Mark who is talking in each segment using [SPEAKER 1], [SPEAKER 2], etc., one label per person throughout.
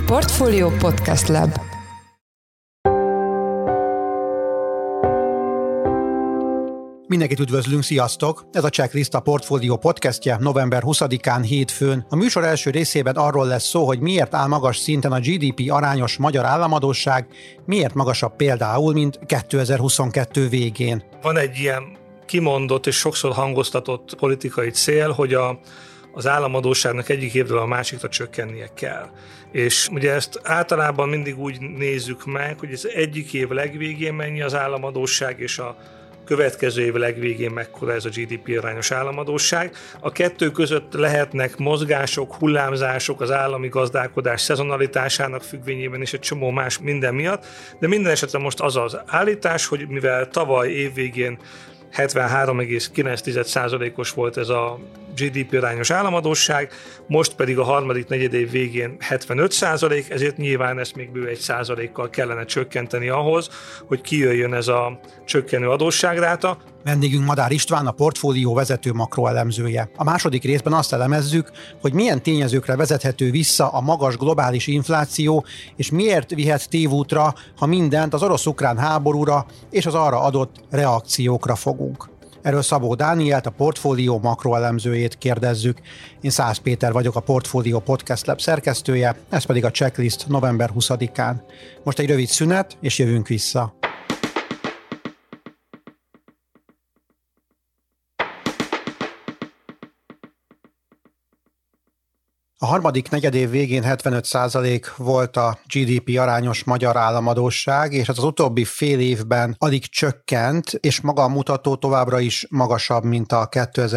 [SPEAKER 1] Portfolio Podcast Lab.
[SPEAKER 2] Mindenkit üdvözlünk, sziasztok! Ez a Checklist a Portfolio podcastje november 20-án hétfőn. A műsor első részében arról lesz szó, hogy miért áll magas szinten a GDP arányos magyar államadósság, miért magasabb például, mint 2022 végén.
[SPEAKER 3] Van egy ilyen kimondott és sokszor hangoztatott politikai cél, hogy az államadósságnak egyik évről a másikra csökkennie kell. És ugye ezt általában mindig úgy nézzük meg, hogy az egyik év legvégén mennyi az államadósság, és a következő év legvégén mekkora ez a GDP arányos államadósság. A kettő között lehetnek mozgások, hullámzások az állami gazdálkodás szezonalitásának függvényében és egy csomó más minden miatt, de minden esetre most az az állítás, hogy mivel tavaly évvégén 73,9%-os volt ez a GDP arányos államadósság, most pedig a harmadik negyedév végén 75%, ezért nyilván ezt még bő 1%-kal kellene csökkenteni ahhoz, hogy kijöjjön ez a csökkenő adósságráta.
[SPEAKER 2] Vendégünk Madár István, a Portfólió vezető makroelemzője. A második részben azt elemezzük, hogy milyen tényezőkre vezethető vissza a magas globális infláció, és miért vihet tévútra, ha mindent az orosz-ukrán háborúra és az arra adott reakciókra fogunk. Erről Szabó Dánielt, a Portfólió makroelemzőjét kérdezzük. Én Szász Péter vagyok, a Portfólió Podcast Lab szerkesztője, ez pedig a Checklist november 20-án. Most egy rövid szünet, és jövünk vissza. A harmadik negyedév végén 75% volt a GDP arányos magyar államadósság, és az utóbbi fél évben alig csökkent, és maga a mutató továbbra is magasabb, mint a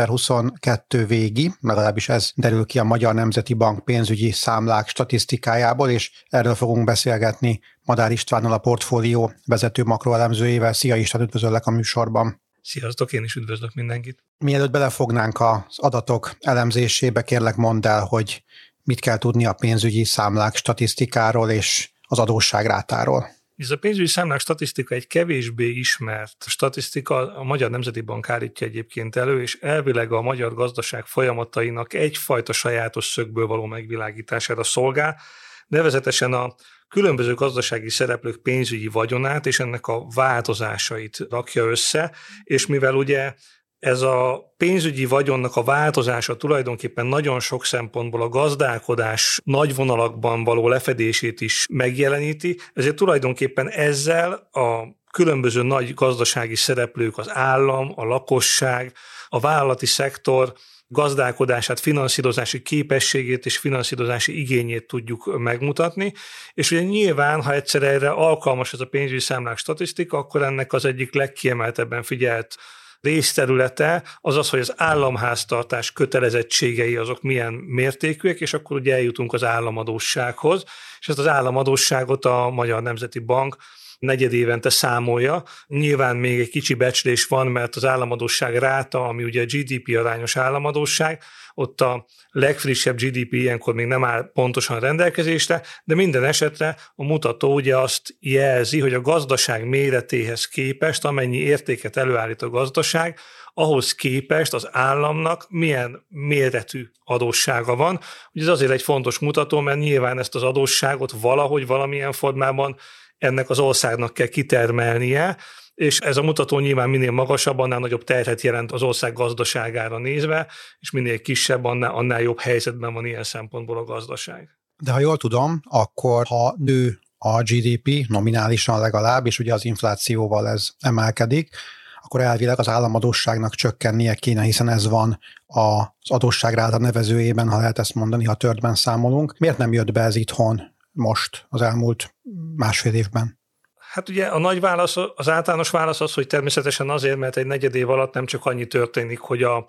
[SPEAKER 2] 2022 végi, legalábbis ez derül ki a Magyar Nemzeti Bank pénzügyi számlák statisztikájából, és erről fogunk beszélgetni Madár Istvánnal, a Portfólió vezető makroelemzőjével. Szia István, üdvözöllek a műsorban!
[SPEAKER 3] Sziasztok, én is üdvözlök mindenkit!
[SPEAKER 2] Mielőtt belefognánk az adatok elemzésébe, kérlek mondd el, hogy mit kell tudni a pénzügyi számlák statisztikáról és az adósságrátáról.
[SPEAKER 3] Ez a pénzügyi számlák statisztika egy kevésbé ismert statisztika, a Magyar Nemzeti Bank állítja egyébként elő, és elvileg a magyar gazdaság folyamatainak egyfajta sajátos szögből való megvilágítására szolgál, nevezetesen a különböző gazdasági szereplők pénzügyi vagyonát és ennek a változásait rakja össze, és mivel ugye ez a pénzügyi vagyonnak a változása tulajdonképpen nagyon sok szempontból a gazdálkodás nagy vonalakban való lefedését is megjeleníti, ezért tulajdonképpen ezzel a különböző nagy gazdasági szereplők, az állam, a lakosság, a vállalati szektor gazdálkodását, finanszírozási képességét és finanszírozási igényét tudjuk megmutatni, és ugye nyilván, ha egyszer erre alkalmas ez a pénzügyi számlák statisztika, akkor ennek az egyik legkiemeltebben figyelt részterülete az az, hogy az államháztartás kötelezettségei azok milyen mértékűek, és akkor ugye eljutunk az államadóssághoz, és ezt az államadósságot a Magyar Nemzeti Bank negyedévente számolja. Nyilván még egy kicsi becslés van, mert az államadósság ráta, ami ugye a GDP arányos államadósság, ott a legfrissebb GDP ilyenkor még nem áll pontosan rendelkezésre, de minden esetre a mutató ugye azt jelzi, hogy a gazdaság méretéhez képest, amennyi értéket előállít a gazdaság, ahhoz képest az államnak milyen méretű adóssága van. Ugye ez azért egy fontos mutató, mert nyilván ezt az adósságot valahogy, valamilyen formában ennek az országnak kell kitermelnie, és ez a mutató nyilván minél magasabb, annál nagyobb terhet jelent az ország gazdaságára nézve, és minél kisebb, annál jobb helyzetben van ilyen szempontból a gazdaság.
[SPEAKER 2] De ha jól tudom, akkor ha nő a GDP, nominálisan legalább, és ugye az inflációval ez emelkedik, akkor elvileg az államadósságnak csökkennie kéne, hiszen ez van az adósságráta nevezőjében, ha lehet ezt mondani, ha törtben számolunk. Miért nem jött be ez itthon most, az elmúlt másfél évben?
[SPEAKER 3] Hát ugye a nagy válasz, az általános válasz az, hogy természetesen azért, mert egy negyed év alatt nem csak annyi történik, hogy a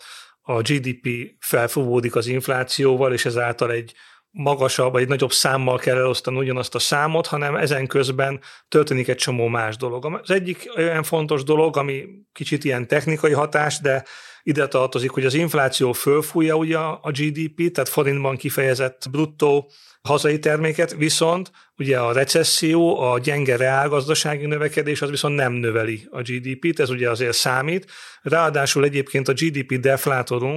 [SPEAKER 3] GDP felfúvódik az inflációval, és ezáltal egy magasabb, vagy egy nagyobb számmal kell elosztani ugyanazt a számot, hanem ezen közben történik egy csomó más dolog. Az egyik olyan fontos dolog, ami kicsit ilyen technikai hatás, de ide tartozik, hogy az infláció fölfújja ugye a GDP, tehát forintban kifejezett bruttó hazai terméket, viszont ugye a recesszió, a gyenge reálgazdasági növekedés az viszont nem növeli a GDP-t, ez ugye azért számít. Ráadásul egyébként a GDP deflátorunk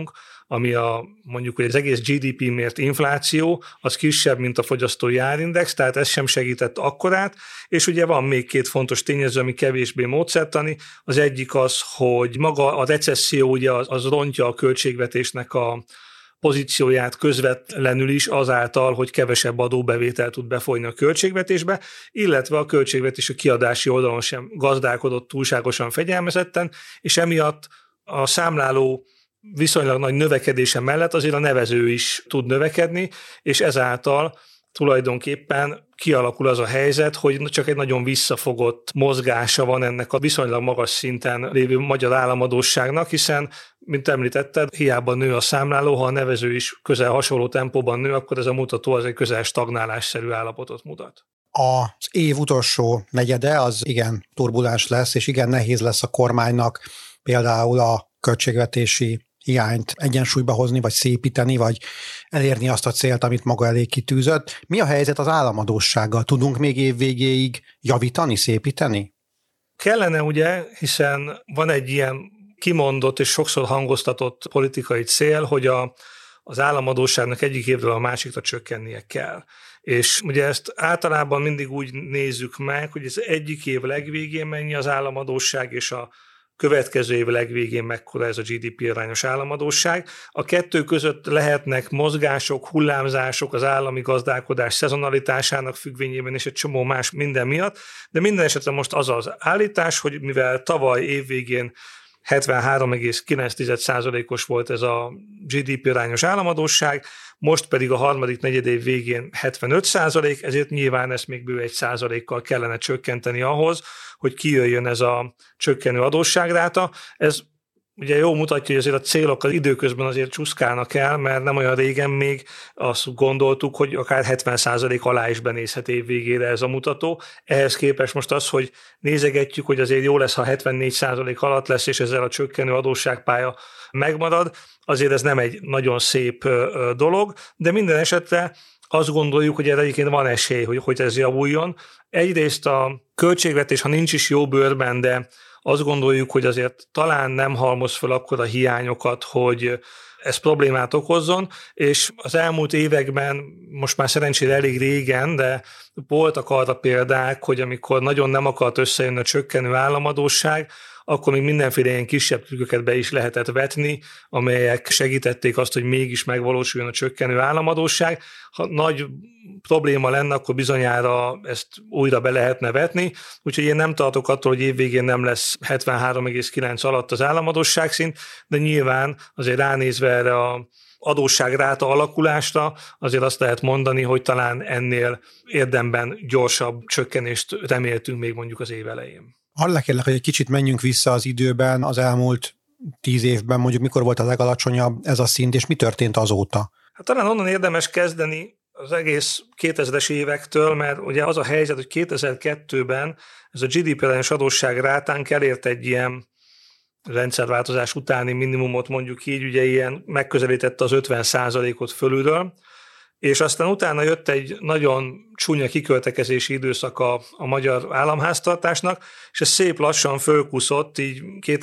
[SPEAKER 3] ami mondjuk az egész GDP mért infláció, az kisebb, mint a fogyasztói árindex, tehát ez sem segített akkorát, és ugye van még két fontos tényező, ami kevésbé módszertani. Az egyik az, hogy maga a recesszió ugye az rontja a költségvetésnek a pozícióját közvetlenül is azáltal, hogy kevesebb adóbevétel tud befolyni a költségvetésbe, illetve a költségvetés a kiadási oldalon sem gazdálkodott túlságosan fegyelmezetten, és emiatt a számláló viszonylag nagy növekedése mellett azért a nevező is tud növekedni, és ezáltal tulajdonképpen kialakul az a helyzet, hogy csak egy nagyon visszafogott mozgása van ennek a viszonylag magas szinten lévő magyar államadósságnak, hiszen, mint említetted, hiába nő a számláló, ha a nevező is közel hasonló tempóban nő, akkor ez a mutató az egy közel stagnálásszerű állapotot mutat.
[SPEAKER 2] Az év utolsó negyede az igen turbulens lesz, és igen nehéz lesz a kormánynak például a költségvetési hiányt egyensúlyba hozni, vagy szépíteni, vagy elérni azt a célt, amit maga elé kitűzött. Mi a helyzet az államadóssággal? Tudunk még év végéig javítani, szépíteni?
[SPEAKER 3] Kellene ugye, hiszen van egy ilyen kimondott és sokszor hangoztatott politikai cél, hogy az államadósságnak egyik évről a másikra csökkennie kell. És ugye ezt általában mindig úgy nézzük meg, hogy az egyik év legvégén mennyi az államadósság, és a következő év legvégén mekkora ez a GDP arányos államadósság. A kettő között lehetnek mozgások, hullámzások az állami gazdálkodás szezonalitásának függvényében és egy csomó más minden miatt, de minden esetre most az az állítás, hogy mivel tavaly évvégén 73,9%-os volt ez a GDP arányos államadósság, most pedig a harmadik negyedév végén 75%, ezért nyilván ezt még bő 1%-kal kellene csökkenteni ahhoz, hogy kijöjjön ez a csökkenő adósságráta. Ez ugye jól mutatja, hogy azért a célok az időközben azért csúszkálnak el, mert nem olyan régen még azt gondoltuk, hogy akár 70% alá is benézhet év végére ez a mutató. Ehhez képest most az, hogy nézegetjük, hogy azért jó lesz, ha 74% alatt lesz, és ezzel a csökkenő adósságpálya megmarad, azért ez nem egy nagyon szép dolog, de minden esetre azt gondoljuk, hogy erre egyébként van esély, hogy ez javuljon. Egyrészt a költségvetés, ha nincs is jó bőrben, de azt gondoljuk, hogy azért talán nem halmoz fel akkora hiányokat, hogy ez problémát okozzon, és az elmúlt években, most már szerencsére elég régen, de voltak arra példák, hogy amikor nagyon nem akart összejönni a csökkenő államadósság, akkor még mindenféle ilyen kisebb trükköket be is lehetett vetni, amelyek segítették azt, hogy mégis megvalósuljon a csökkenő államadósság. Ha nagy probléma lenne, akkor bizonyára ezt újra be lehetne vetni, úgyhogy én nem tartok attól, hogy évvégén nem lesz 73,9 alatt az államadósság szint, de nyilván azért ránézve erre a adósságráta alakulásra, azért azt lehet mondani, hogy talán ennél érdemben gyorsabb csökkenést reméltünk még mondjuk az év elején.
[SPEAKER 2] Arra kérlek, hogy egy kicsit menjünk vissza az időben, az elmúlt 10 évben, mondjuk mikor volt a legalacsonyabb ez a szint, és mi történt azóta?
[SPEAKER 3] Hát talán onnan érdemes kezdeni az egész 2000-es évektől, mert ugye az a helyzet, hogy 2002-ben ez a GDP arányos adósság rátánk elért egy ilyen rendszerváltozás utáni minimumot, mondjuk így, ugye ilyen megközelítette az 50%-ot fölülről, és aztán utána jött egy nagyon csúnya kiköltekezési időszaka a magyar államháztartásnak, és ez szép lassan fölkúszott, így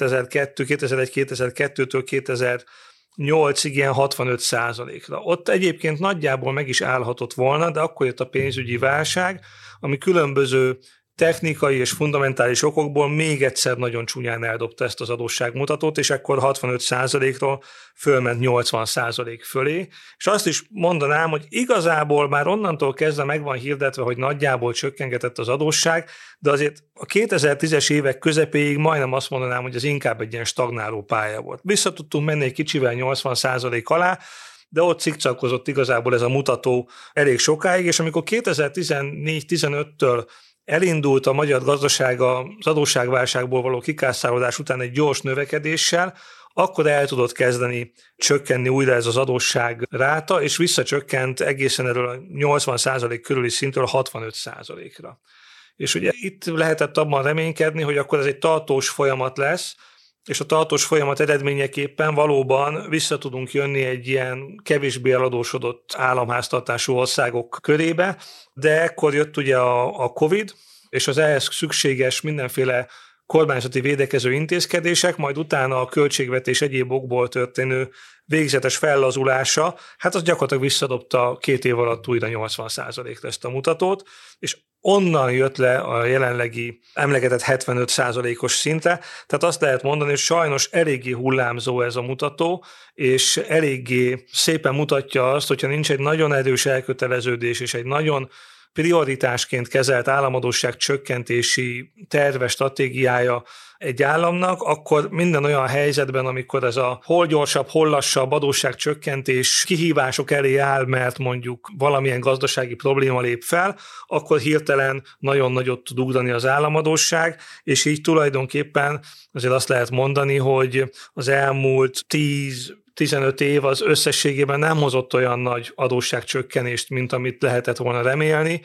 [SPEAKER 3] 2001-2002-től 2008-ig ilyen 65%-ra. Ott egyébként nagyjából meg is állhatott volna, de akkor jött a pénzügyi válság, ami különböző technikai és fundamentális okokból még egyszer nagyon csúnyán eldobta ezt az adósságmutatót, és akkor 65%-ról fölment 80% fölé. És azt is mondanám, hogy igazából már onnantól kezdve meg van hirdetve, hogy nagyjából csökkengetett az adósság, de azért a 2010-es évek közepéig majdnem azt mondanám, hogy ez inkább egy ilyen stagnáló pálya volt. Vissza tudtunk menni egy kicsivel 80% alá, de ott cikcakozott igazából ez a mutató elég sokáig, és amikor 2014-15-től elindult a magyar gazdaság az adósságválságból való kikászálódás után egy gyors növekedéssel, akkor el tudott kezdeni csökkenni újra ez az adósság ráta, és visszacsökkent egészen erről a 80% körüli szintről 65%-ra. És ugye itt lehetett abban reménykedni, hogy akkor ez egy tartós folyamat lesz, és a tartós folyamat eredményeképpen valóban vissza tudunk jönni egy ilyen kevésbé eladósodott államháztartású országok körébe, de ekkor jött ugye a Covid, és az ehhez szükséges mindenféle kormányzati védekező intézkedések, majd utána a költségvetés egyéb okból történő végzetes fellazulása, hát az gyakorlatilag visszadobta 2 év alatt újra 80%-ra ezt a mutatót, és onnan jött le a jelenlegi emlegetett 75%-os szintre, tehát azt lehet mondani, hogy sajnos eléggé hullámzó ez a mutató, és eléggé szépen mutatja azt, hogyha nincs egy nagyon erős elköteleződés és egy nagyon prioritásként kezelt államadósság csökkentési terve, stratégiája egy államnak, akkor minden olyan helyzetben, amikor ez a hol gyorsabb, hol lassabb adósságcsökkentés kihívások elé áll, mert mondjuk valamilyen gazdasági probléma lép fel, akkor hirtelen nagyon nagyot tud ugrani az államadósság, és így tulajdonképpen azért azt lehet mondani, hogy az elmúlt 10-15 év az összességében nem hozott olyan nagy adósságcsökkenést, mint amit lehetett volna remélni,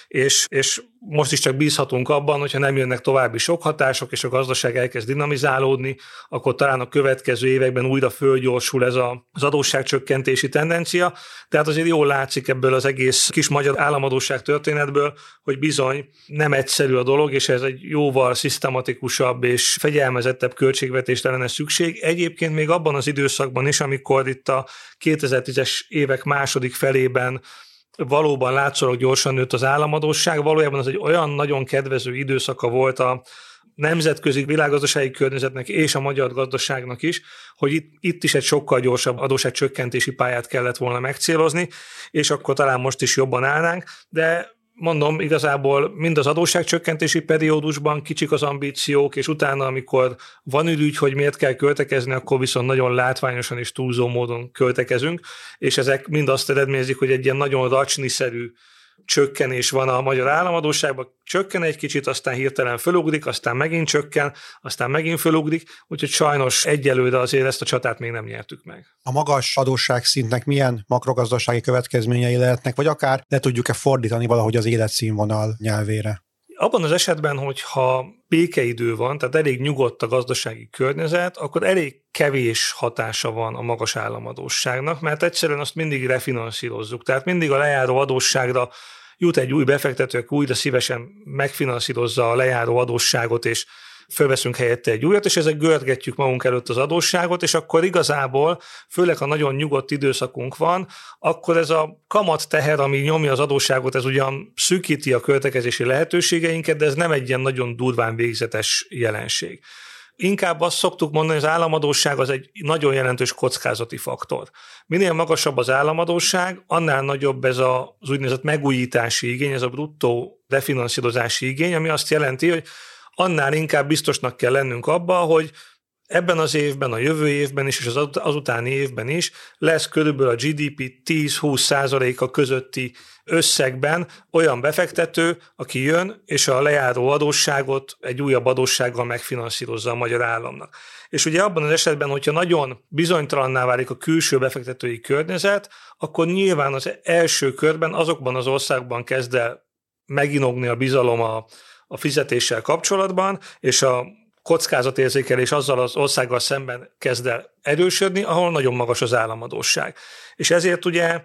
[SPEAKER 3] és most is csak bízhatunk abban, hogyha nem jönnek további sok hatások, és a gazdaság elkezd dinamizálódni, akkor talán a következő években újra fölgyorsul ez az adósságcsökkentési tendencia. Tehát azért jól látszik ebből az egész kis magyar államadósság történetből, hogy bizony nem egyszerű a dolog, és ez egy jóval szisztematikusabb és fegyelmezettebb költségvetésre lenne szükség. Egyébként még abban az időszakban is, amikor itt a 2010-es évek második felében valóban látszólag gyorsan nőtt az államadósság, valójában az egy olyan nagyon kedvező időszaka volt a nemzetközi világgazdasági környezetnek és a magyar gazdaságnak is, hogy itt is egy sokkal gyorsabb adósságcsökkentési pályát kellett volna megcélozni, és akkor talán most is jobban állnánk, de mondom, igazából mind az adósságcsökkentési periódusban kicsik az ambíciók, és utána, amikor van ürügy, hogy miért kell költekezni, akkor viszont nagyon látványosan és túlzó módon költekezünk, és ezek mind azt eredményezik, hogy egy ilyen nagyon racsniszerű csökkenés van a magyar államadósságban, csökken egy kicsit, aztán hirtelen fölugrik, aztán megint csökken, aztán megint fölugrik, úgyhogy sajnos egyelőre azért ezt a csatát még nem nyertük meg.
[SPEAKER 2] A magas adósságszintnek milyen makrogazdasági következményei lehetnek, vagy akár le tudjuk-e fordítani valahogy az életszínvonal nyelvére?
[SPEAKER 3] Abban az esetben, hogyha békeidő van, tehát elég nyugodt a gazdasági környezet, akkor elég kevés hatása van a magas államadósságnak, mert egyszerűen azt mindig refinanszírozzuk. Tehát mindig a lejáró adósságra jut egy új befektető, aki újra szívesen megfinanszírozza a lejáró adósságot, és fölveszünk helyette egy újat, és ezek görgetjük magunk előtt az adósságot, és akkor igazából, főleg ha nagyon nyugodt időszakunk van, akkor ez a kamatteher, ami nyomja az adósságot, ez ugyan szűkíti a költekezési lehetőségeinket, de ez nem egy ilyen nagyon durván végzetes jelenség. Inkább azt szoktuk mondani, hogy az államadósság az egy nagyon jelentős kockázati faktor. Minél magasabb az államadósság, annál nagyobb ez az úgynevezett megújítási igény, ez a bruttó refinanszírozási igény, ami azt jelenti, hogy annál inkább biztosnak kell lennünk abba, hogy ebben az évben, a jövő évben is, és az utáni évben is lesz körülbelül a GDP 10-20%-a közötti összegben olyan befektető, aki jön, és a lejáró adósságot egy újabb adóssággal megfinanszírozza a magyar államnak. És ugye abban az esetben, hogyha nagyon bizonytalanná válik a külső befektetői környezet, akkor nyilván az első körben azokban az országban kezd el meginogni a bizalom a fizetéssel kapcsolatban, és a kockázatérzékelés azzal az országgal szemben kezd el erősödni, ahol nagyon magas az államadósság. És ezért ugye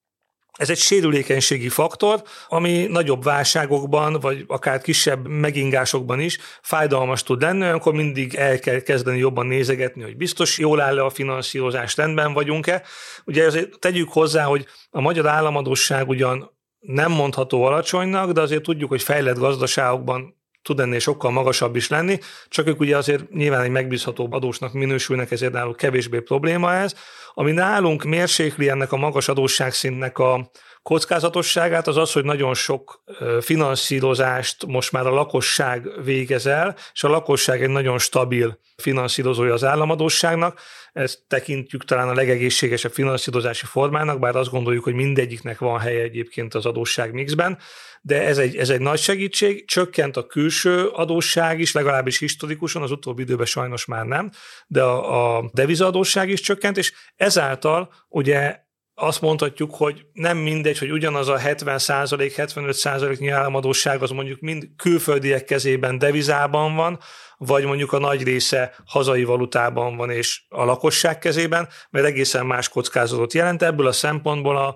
[SPEAKER 3] ez egy sérülékenységi faktor, ami nagyobb válságokban, vagy akár kisebb megingásokban is fájdalmas tud lenni, olyankor mindig el kell kezdeni jobban nézegetni, hogy biztos jól áll-e a finanszírozás, rendben vagyunk-e. Ugye azért tegyük hozzá, hogy a magyar államadósság ugyan nem mondható alacsonynak, de azért tudjuk, hogy fejlett gazdaságokban tud ennél sokkal magasabb is lenni, csak ők ugye azért nyilván egy megbízhatóbb adósnak minősülnek, ezért náluk kevésbé probléma ez. Ami nálunk mérsékli ennek a magas adósságszintnek a kockázatosságát, az az, hogy nagyon sok finanszírozást most már a lakosság végez el, és a lakosság egy nagyon stabil finanszírozója az államadósságnak. Ezt tekintjük talán a legegészségesebb finanszírozási formának, bár azt gondoljuk, hogy mindegyiknek van helye egyébként az adósság mixben, de ez egy nagy segítség. Csökkent a külső adósság is, legalábbis historikusan, az utóbbi időben sajnos már nem, de a devizaadósság is csökkent, és ezáltal ugye azt mondhatjuk, hogy nem mindegy, hogy ugyanaz a 70%, 75%-nyi államadósság az mondjuk mind külföldiek kezében devizában van, vagy mondjuk a nagy része hazai valutában van és a lakosság kezében, mert egészen más kockázatot jelent. Ebből a szempontból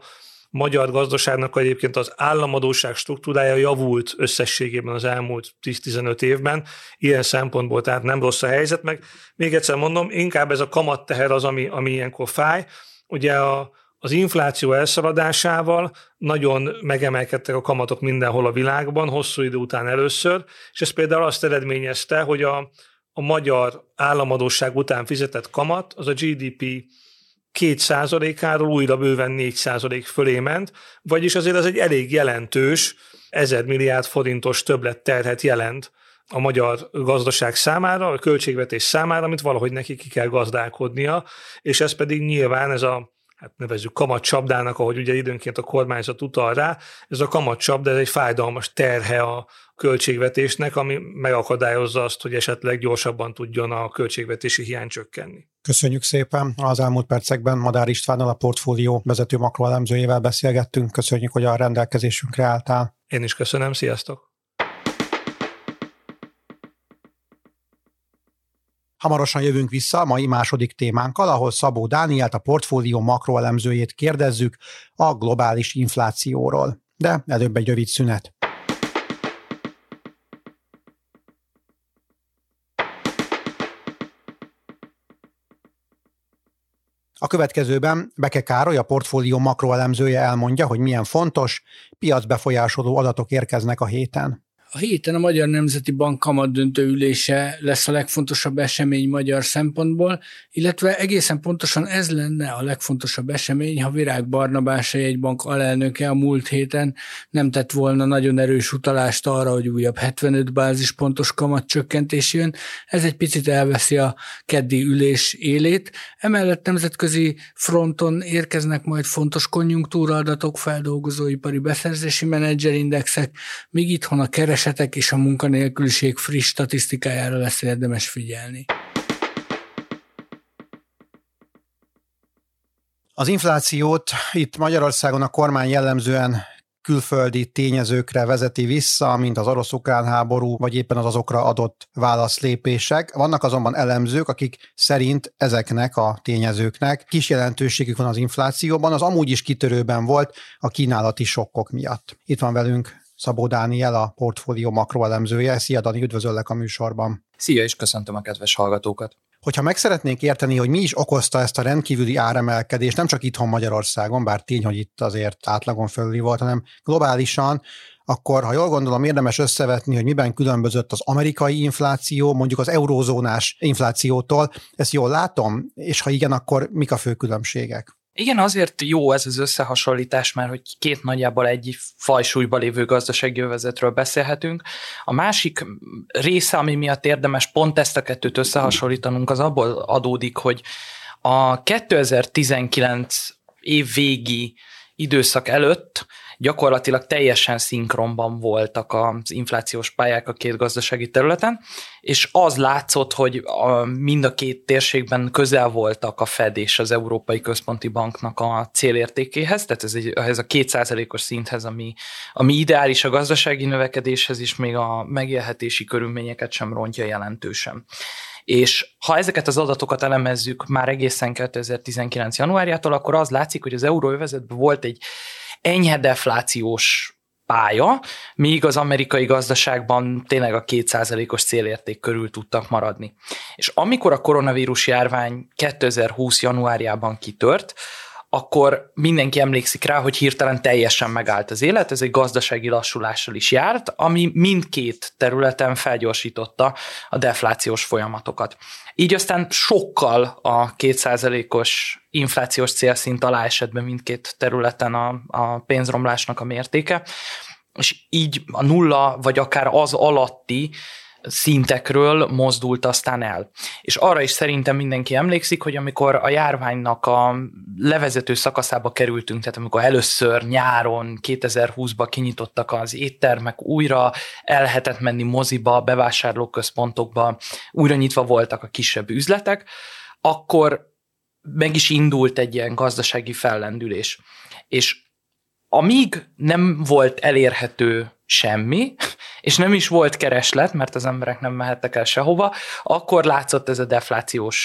[SPEAKER 3] magyar gazdaságnak egyébként az államadósság struktúrája javult összességében az elmúlt 10-15 évben. Ilyen szempontból tehát nem rossz a helyzet, meg még egyszer mondom, inkább ez a kamatteher az, ami ilyenkor fáj. Ugye az infláció elszaladásával nagyon megemelkedtek a kamatok mindenhol a világban, hosszú idő után először, és ez például azt eredményezte, hogy a magyar államadósság után fizetett kamat az a GDP 2%-áról újra bőven 4% fölé ment, vagyis azért ez egy elég jelentős 1000 milliárd forintos többletterhet jelent a magyar gazdaság számára, a költségvetés számára, amit valahogy neki ki kell gazdálkodnia, és ez pedig nyilván ez a nevezzük kamatcsapdának, ahogy ugye időnként a kormányzat utal rá, ez a kamatcsapda, ez egy fájdalmas terhe a költségvetésnek, ami megakadályozza azt, hogy esetleg gyorsabban tudjon a költségvetési hiány csökkenni.
[SPEAKER 2] Köszönjük szépen! Az elmúlt percekben Madár Istvánnal, a Portfólió vezető makroelemzőjével beszélgettünk. Köszönjük, hogy a rendelkezésünkre álltál.
[SPEAKER 3] Én is köszönöm, sziasztok!
[SPEAKER 2] Hamarosan jövünk vissza a mai második témánkkal, ahol Szabó Dánielt, a Portfólió makroelemzőjét kérdezzük a globális inflációról. De előbb egy rövid szünet. A következőben Beke Károly, a Portfólió makroelemzője elmondja, hogy milyen fontos, piacbefolyásoló adatok érkeznek a héten.
[SPEAKER 4] A héten a Magyar Nemzeti Bank kamatdöntő ülése lesz a legfontosabb esemény magyar szempontból, illetve egészen pontosan ez lenne a legfontosabb esemény, ha Virág Barnabás, a jegybank alelnöke a múlt héten nem tett volna nagyon erős utalást arra, hogy újabb 75 bázispontos kamatcsökkentés jön. Ez egy picit elveszi a keddi ülés élét. Emellett nemzetközi fronton érkeznek majd fontos konjunktúraadatok, feldolgozóipari beszerzési menedzserindexek, míg itthon a keresetek és a munkanélküliség friss statisztikájára lesz érdemes figyelni.
[SPEAKER 2] Az inflációt itt Magyarországon a kormány jellemzően külföldi tényezőkre vezeti vissza, mint az orosz-ukrán háború, vagy éppen az azokra adott válaszlépések. Vannak azonban elemzők, akik szerint ezeknek a tényezőknek kis jelentőségük van az inflációban, az amúgy is kitörőben volt a kínálati sokkok miatt. Itt van velünk Szabó Dániel, a Portfólió makroelemzője. Szia Dani, üdvözöllek a műsorban.
[SPEAKER 5] Szia, és köszöntöm a kedves hallgatókat.
[SPEAKER 2] Hogyha meg szeretnénk érteni, hogy mi is okozta ezt a rendkívüli áremelkedést, nem csak itthon Magyarországon, bár tény, hogy itt azért átlagon fölüli volt, hanem globálisan, akkor, ha jól gondolom, érdemes összevetni, hogy miben különbözött az amerikai infláció, mondjuk az eurózónás inflációtól. Ezt jól látom? És ha igen, akkor mik a fő különbségek?
[SPEAKER 5] Igen, azért jó ez az összehasonlítás, mert hogy két nagyjából egy fajsúlyba lévő gazdasági övezetről beszélhetünk. A másik része, ami miatt érdemes pont ezt a kettőt összehasonlítanunk, az abból adódik, hogy a 2019 év végi időszak előtt gyakorlatilag teljesen szinkronban voltak az inflációs pályák a két gazdasági területen, és az látszott, hogy mind a két térségben közel voltak a Fed és az Európai Központi Banknak a célértékéhez, tehát ez a 2%-os szinthez, ami ideális a gazdasági növekedéshez, és még a megélhetési körülményeket sem rontja jelentősen. És ha ezeket az adatokat elemezzük már egészen 2019. januárjától, akkor az látszik, hogy az euróövezetben volt egy enyhe deflációs pálya, míg az amerikai gazdaságban tényleg a 2%-os célérték körül tudtak maradni. És amikor a koronavírus járvány 2020. januárjában kitört, akkor mindenki emlékszik rá, hogy hirtelen teljesen megállt az élet, ez egy gazdasági lassulással is járt, ami mindkét területen felgyorsította a deflációs folyamatokat. Így aztán sokkal a 2%-os inflációs célszint alá esett be mindkét területen a pénzromlásnak a mértéke, és így a nulla vagy akár az alatti szintekről mozdult aztán el. És arra is szerintem mindenki emlékszik, hogy amikor a járványnak a levezető szakaszába kerültünk, tehát amikor először nyáron 2020-ban kinyitottak az éttermek, újra el lehetett menni moziba, bevásárlóközpontokba, újra nyitva voltak a kisebb üzletek, akkor meg is indult egy ilyen gazdasági fellendülés. És amíg nem volt elérhető semmi, és nem is volt kereslet, mert az emberek nem mehettek el sehova, akkor látszott ez a deflációs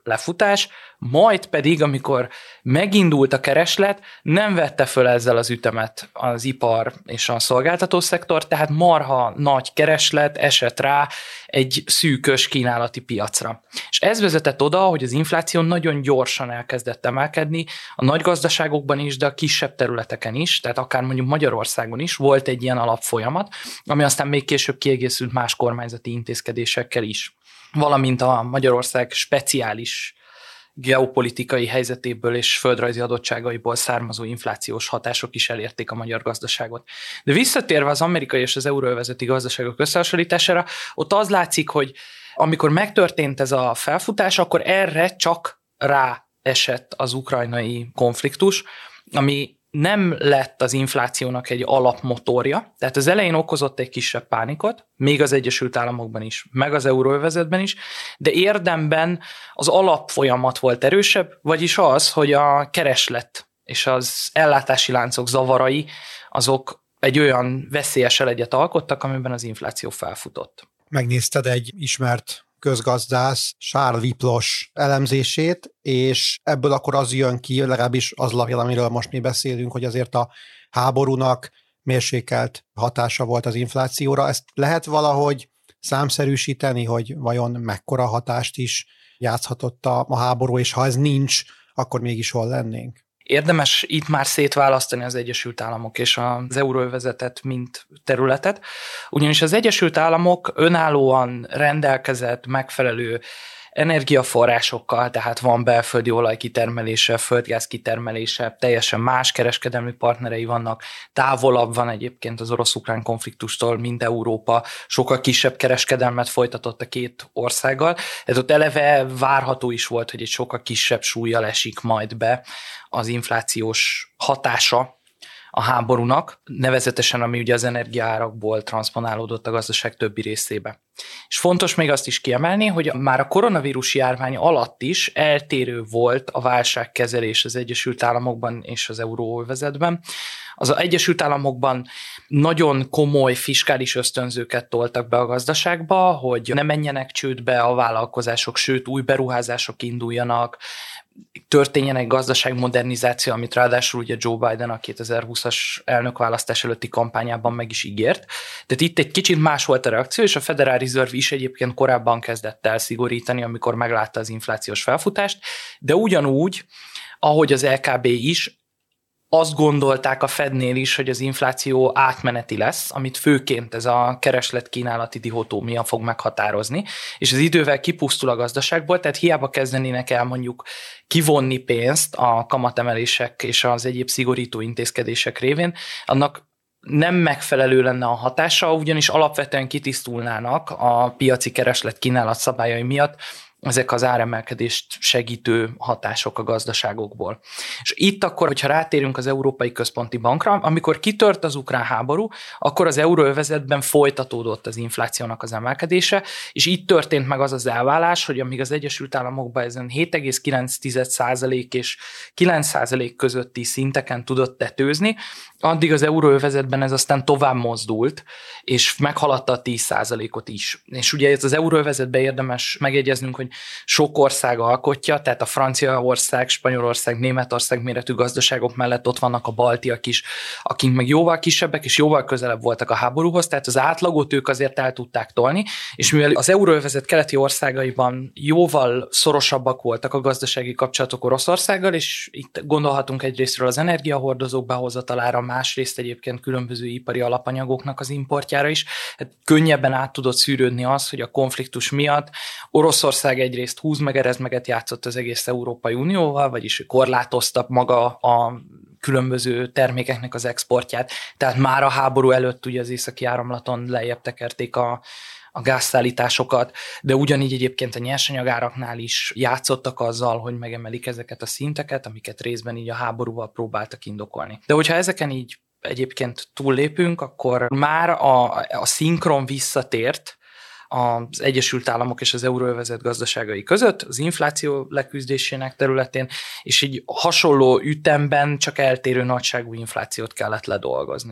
[SPEAKER 5] lefutás, majd pedig, amikor megindult a kereslet, nem vette föl ezzel az ütemet az ipar és a szolgáltató szektor, tehát marha nagy kereslet esett rá egy szűkös kínálati piacra. És ez vezetett oda, hogy az infláció nagyon gyorsan elkezdett emelkedni, a nagy gazdaságokban is, de a kisebb területeken is, tehát akár mondjuk Magyarországon is volt egy ilyen alapfolyamat, ami aztán még később kiegészült más kormányzati intézkedésekkel is, valamint a Magyarország speciális geopolitikai helyzetéből és földrajzi adottságaiból származó inflációs hatások is elérték a magyar gazdaságot. De visszatérve az amerikai és az euróövezeti gazdaságok összehasonlítására, ott az látszik, hogy amikor megtörtént ez a felfutás, akkor erre csak ráesett az ukrajnai konfliktus, ami nem lett az inflációnak egy alapmotorja, tehát az elején okozott egy kisebb pánikot, még az Egyesült Államokban is, meg az euróövezetben is, de érdemben az alapfolyamat volt erősebb, vagyis az, hogy a kereslet és az ellátási láncok zavarai, azok egy olyan veszélyes elegyet alkottak, amiben az infláció felfutott.
[SPEAKER 2] Megnézted egy ismert közgazdász Charles Wiplos elemzését, és ebből akkor az jön ki, legalábbis az alapján, amiről most mi beszélünk, hogy azért a háborúnak mérsékelt hatása volt az inflációra. Ezt lehet valahogy számszerűsíteni, hogy vajon mekkora hatást is játszhatott a háború, és ha ez nincs, akkor mégis hol lennénk?
[SPEAKER 5] Érdemes itt már szétválasztani az Egyesült Államok és az euróövezetet, mint területet, ugyanis az Egyesült Államok önállóan rendelkezett megfelelő energiaforrásokkal, tehát van belföldi olajkitermelése, földgáz kitermelése, teljesen más kereskedelmi partnerei vannak, távolabb van egyébként az orosz-ukrán konfliktustól, mint Európa, sokkal kisebb kereskedelmet folytatott a két országgal, ez ott eleve várható is volt, hogy egy sokkal kisebb súllyal esik majd be az inflációs hatása a háborúnak, nevezetesen ami ugye az energiaárakból transzponálódott a gazdaság többi részébe. És fontos még azt is kiemelni, hogy már a koronavírus járvány alatt is eltérő volt a válságkezelés az Egyesült Államokban és az euróövezetben. Az Egyesült Államokban nagyon komoly fiskális ösztönzőket toltak be a gazdaságba, hogy ne menjenek csődbe a vállalkozások, sőt új beruházások induljanak, történjen egy gazdaságmodernizáció, amit ráadásul ugye Joe Biden a 2020-as elnökválasztás előtti kampányában meg is ígért. Tehát itt egy kicsit más volt a reakció, és a Federal Reserve is egyébként korábban kezdett el szigorítani, amikor meglátta az inflációs felfutást, de ugyanúgy, ahogy az LKB is, azt gondolták a Fednél is, hogy az infláció átmeneti lesz, amit főként ez a kereslet-kínálati dihotómia fog meghatározni, és az idővel kipusztul a gazdaságból, tehát hiába kezdenének el mondjuk kivonni pénzt a kamatemelések és az egyéb szigorító intézkedések révén, annak nem megfelelő lenne a hatása, ugyanis alapvetően kitisztulnának a piaci kereslet-kínálat szabályai miatt ezek az áremelkedést segítő hatások a gazdaságokból. És itt akkor, hogyha rátérünk az Európai Központi Bankra, amikor kitört az ukrán háború, akkor az euróövezetben folytatódott az inflációnak az emelkedése, és itt történt meg az az elválás, hogy amíg az Egyesült Államokban ezen 7,9% és 9% közötti szinteken tudott tetőzni, addig az euróövezetben ez aztán tovább mozdult, és meghaladta a 10%-ot is. És ugye ez az euróövezetben érdemes megjegyeznünk, hogy sok ország alkotja, tehát a Franciaország, Spanyolország, Németország méretű gazdaságok mellett ott vannak a baltiak is, akik meg jóval kisebbek és jóval közelebb voltak a háborúhoz, tehát az átlagot ők azért el tudták tolni, és mivel az euróövezet keleti országaiban jóval szorosabbak voltak a gazdasági kapcsolatok Oroszországgal, és itt gondolhatunk egyrésztről az energiahordozók behozatalára, másrészt egyébként különböző ipari alapanyagoknak az importjára is, hát könnyebben át tudott szűrődni az, hogy a konfliktus miatt Oroszország egyrészt húzmegerezmeget játszott az egész Európai Unióval, vagyis korlátozta maga a különböző termékeknek az exportját. Tehát már a háború előtt ugye az északi áramlaton lejjebb tekerték a gázszállításokat, de ugyanígy egyébként a nyersanyagáraknál is játszottak azzal, hogy megemelik ezeket a szinteket, amiket részben így a háborúval próbáltak indokolni. De hogyha ezeken így egyébként túllépünk, akkor már a szinkron visszatért az Egyesült Államok és az euróövezet gazdaságai között, az infláció leküzdésének területén, és így hasonló ütemben csak eltérő nagyságú inflációt kellett ledolgozni.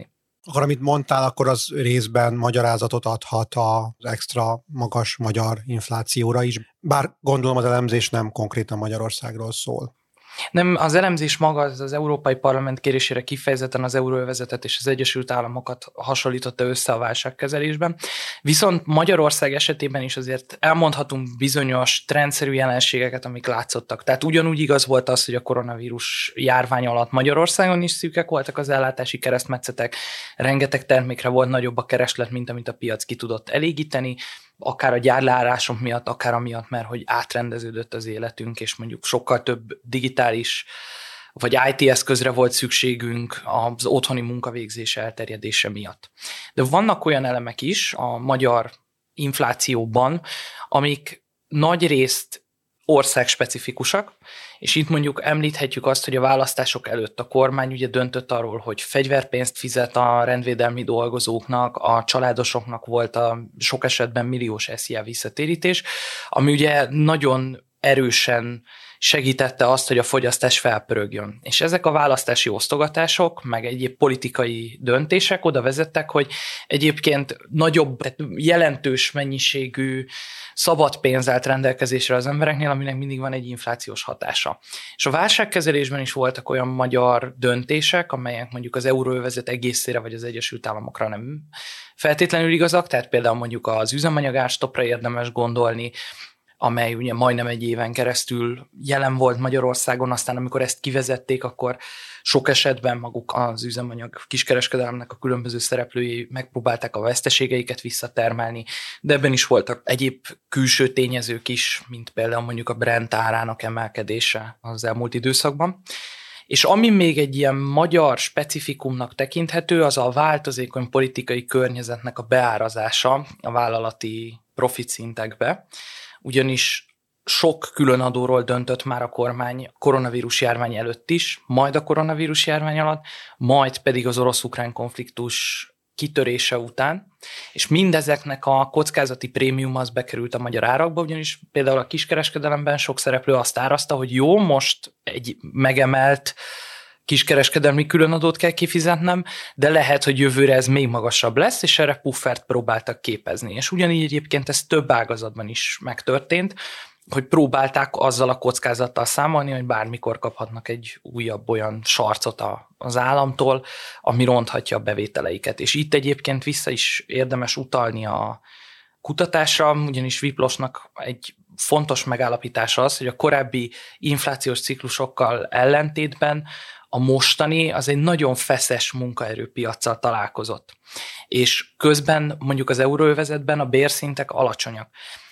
[SPEAKER 2] Akkor amit mondtál, akkor az részben magyarázatot adhat az extra magas magyar inflációra is, bár gondolom az elemzés nem konkrétan Magyarországról szól.
[SPEAKER 5] Nem, az elemzés maga az Európai Parlament kérésére kifejezetten az euróövezetet és az Egyesült Államokat hasonlította össze a válságkezelésben. Viszont Magyarország esetében is azért elmondhatunk bizonyos trendszerű jelenségeket, amik látszottak. Tehát ugyanúgy igaz volt az, hogy a koronavírus járvány alatt Magyarországon is szűkek voltak az ellátási keresztmetszetek, rengeteg termékre volt nagyobb a kereslet, mint amit a piac ki tudott elégíteni, akár a gyárleárások miatt, akár amiatt, mert hogy átrendeződött az életünk, és mondjuk sokkal több digitális vagy IT eszközre volt szükségünk az otthoni munkavégzés elterjedése miatt. De vannak olyan elemek is a magyar inflációban, amik nagy részt országspecifikusak, és itt mondjuk említhetjük azt, hogy a választások előtt a kormány ugye döntött arról, hogy fegyverpénzt fizet a rendvédelmi dolgozóknak, a családosoknak volt a sok esetben milliós SZIA visszatérítés, ami ugye nagyon erősen segítette azt, hogy a fogyasztás felpörögjön. És ezek a választási osztogatások, meg egyéb politikai döntések oda vezettek, hogy egyébként nagyobb, tehát jelentős mennyiségű szabad pénz állt rendelkezésre az embereknél, aminek mindig van egy inflációs hatása. És a válságkezelésben is voltak olyan magyar döntések, amelyek mondjuk az euróövezet egészére vagy az Egyesült Államokra nem feltétlenül igazak, tehát például mondjuk az üzemanyag árstopra érdemes gondolni, amely ugye majdnem egy éven keresztül jelen volt Magyarországon, aztán amikor ezt kivezették, akkor sok esetben maguk az üzemanyag kiskereskedelemnek a különböző szereplői megpróbálták a veszteségeiket visszatermelni, de ebben is voltak egyéb külső tényezők is, mint például mondjuk a Brent árának emelkedése az elmúlt időszakban. És ami még egy ilyen magyar specifikumnak tekinthető, az a változékony politikai környezetnek a beárazása a vállalati profit szintekbe, ugyanis sok különadóról döntött már a kormány koronavírus járvány előtt is, majd a koronavírus járvány alatt, majd pedig az orosz-ukrán konfliktus kitörése után, és mindezeknek a kockázati prémium az bekerült a magyar árakba, ugyanis például a kiskereskedelemben sok szereplő azt árazta, hogy jó, most egy megemelt kiskereskedelmi különadót kell kifizetnem, de lehet, hogy jövőre ez még magasabb lesz, és erre puffert próbáltak képezni. És ugyanígy egyébként ez több ágazatban is megtörtént, hogy próbálták azzal a kockázattal számolni, hogy bármikor kaphatnak egy újabb olyan sarcot az államtól, ami ronthatja a bevételeiket. És itt egyébként vissza is érdemes utalni a kutatásra, ugyanis Wiplosnak egy fontos megállapítása az, hogy a korábbi inflációs ciklusokkal ellentétben a mostani az egy nagyon feszes munkaerőpiaccal találkozott. És közben mondjuk az euróövezetben a bérszintek alacsonyak.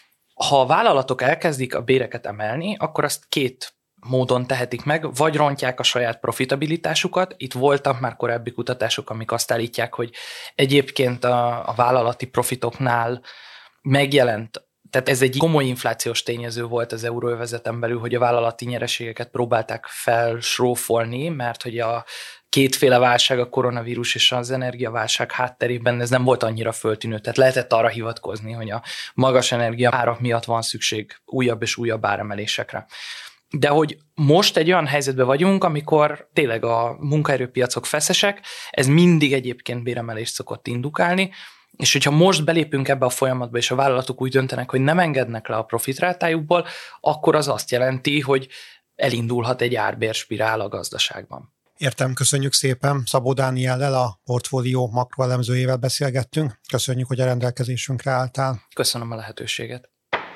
[SPEAKER 5] Ha a vállalatok elkezdik a béreket emelni, akkor azt két módon tehetik meg, vagy rontják a saját profitabilitásukat. Itt voltak már korábbi kutatások, amik azt állítják, hogy egyébként a vállalati profitoknál megjelent, tehát ez egy komoly inflációs tényező volt az euróövezeten belül, hogy a vállalati nyereségeket próbálták felsrófolni, mert hogy a kétféle válság, a koronavírus és az energiaválság hátterében ez nem volt annyira föltűnő. Tehát lehetett arra hivatkozni, hogy a magas energiaárak miatt van szükség újabb és újabb áremelésekre. De hogy most egy olyan helyzetben vagyunk, amikor tényleg a munkaerőpiacok feszesek, ez mindig egyébként béremelést szokott indukálni, és hogyha most belépünk ebbe a folyamatba, és a vállalatok úgy döntenek, hogy nem engednek le a profitrátájukból, akkor az azt jelenti, hogy elindulhat egy árbérspirál a gazdaságban.
[SPEAKER 2] Értem, köszönjük szépen. Szabó Dániellel, a portfólió makroelemzőjével beszélgettünk. Köszönjük, hogy a rendelkezésünkre álltál.
[SPEAKER 5] Köszönöm a lehetőséget.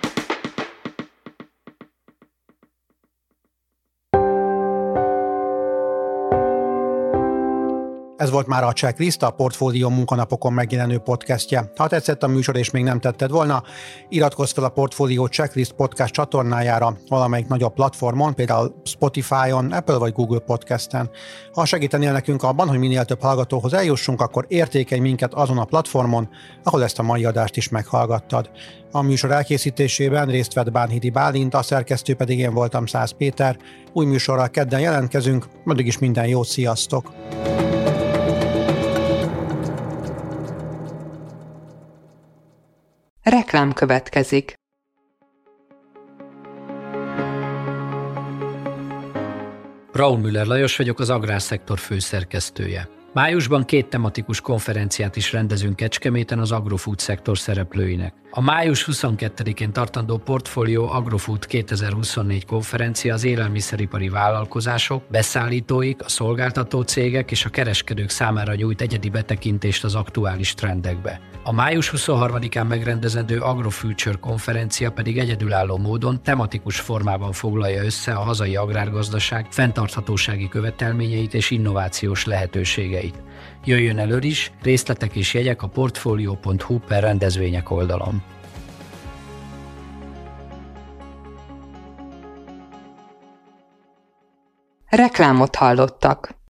[SPEAKER 2] Ez volt már a Checklist, a Portfólió munkanapokon megjelenő podcastje. Ha tetszett a műsor és még nem tetted volna, iratkozz fel a Portfólió Checklist podcast csatornájára valamelyik nagyobb platformon, például Spotify-on, Apple vagy Google Podcasten. Ha segítenél nekünk abban, hogy minél több hallgatóhoz eljussunk, akkor értékelj minket azon a platformon, ahol ezt a mai adást is meghallgattad. A műsor elkészítésében részt vett Bánhidi Bálint, a szerkesztő pedig én voltam, Szász Péter. Új műsorral kedden jelentkezünk, addig is minden jót, sziasztok!
[SPEAKER 1] Reklám következik.
[SPEAKER 6] Braunmüller Lajos vagyok, az Agrárszektor főszerkesztője. Májusban 2 tematikus konferenciát is rendezünk Kecskeméten az agrofood szektor szereplőinek. A május 22-én tartandó Portfolio Agrofood 2024 konferencia az élelmiszeripari vállalkozások, beszállítóik, a szolgáltató cégek és a kereskedők számára nyújt egyedi betekintést az aktuális trendekbe. A május 23-án megrendezendő Agrofuture konferencia pedig egyedülálló módon tematikus formában foglalja össze a hazai agrárgazdaság fenntarthatósági követelményeit és innovációs lehetőségeit. Jöjjön elő is, részletek és jegyek a portfolio.hu/rendezvények oldalon.
[SPEAKER 1] Reklámot hallottak.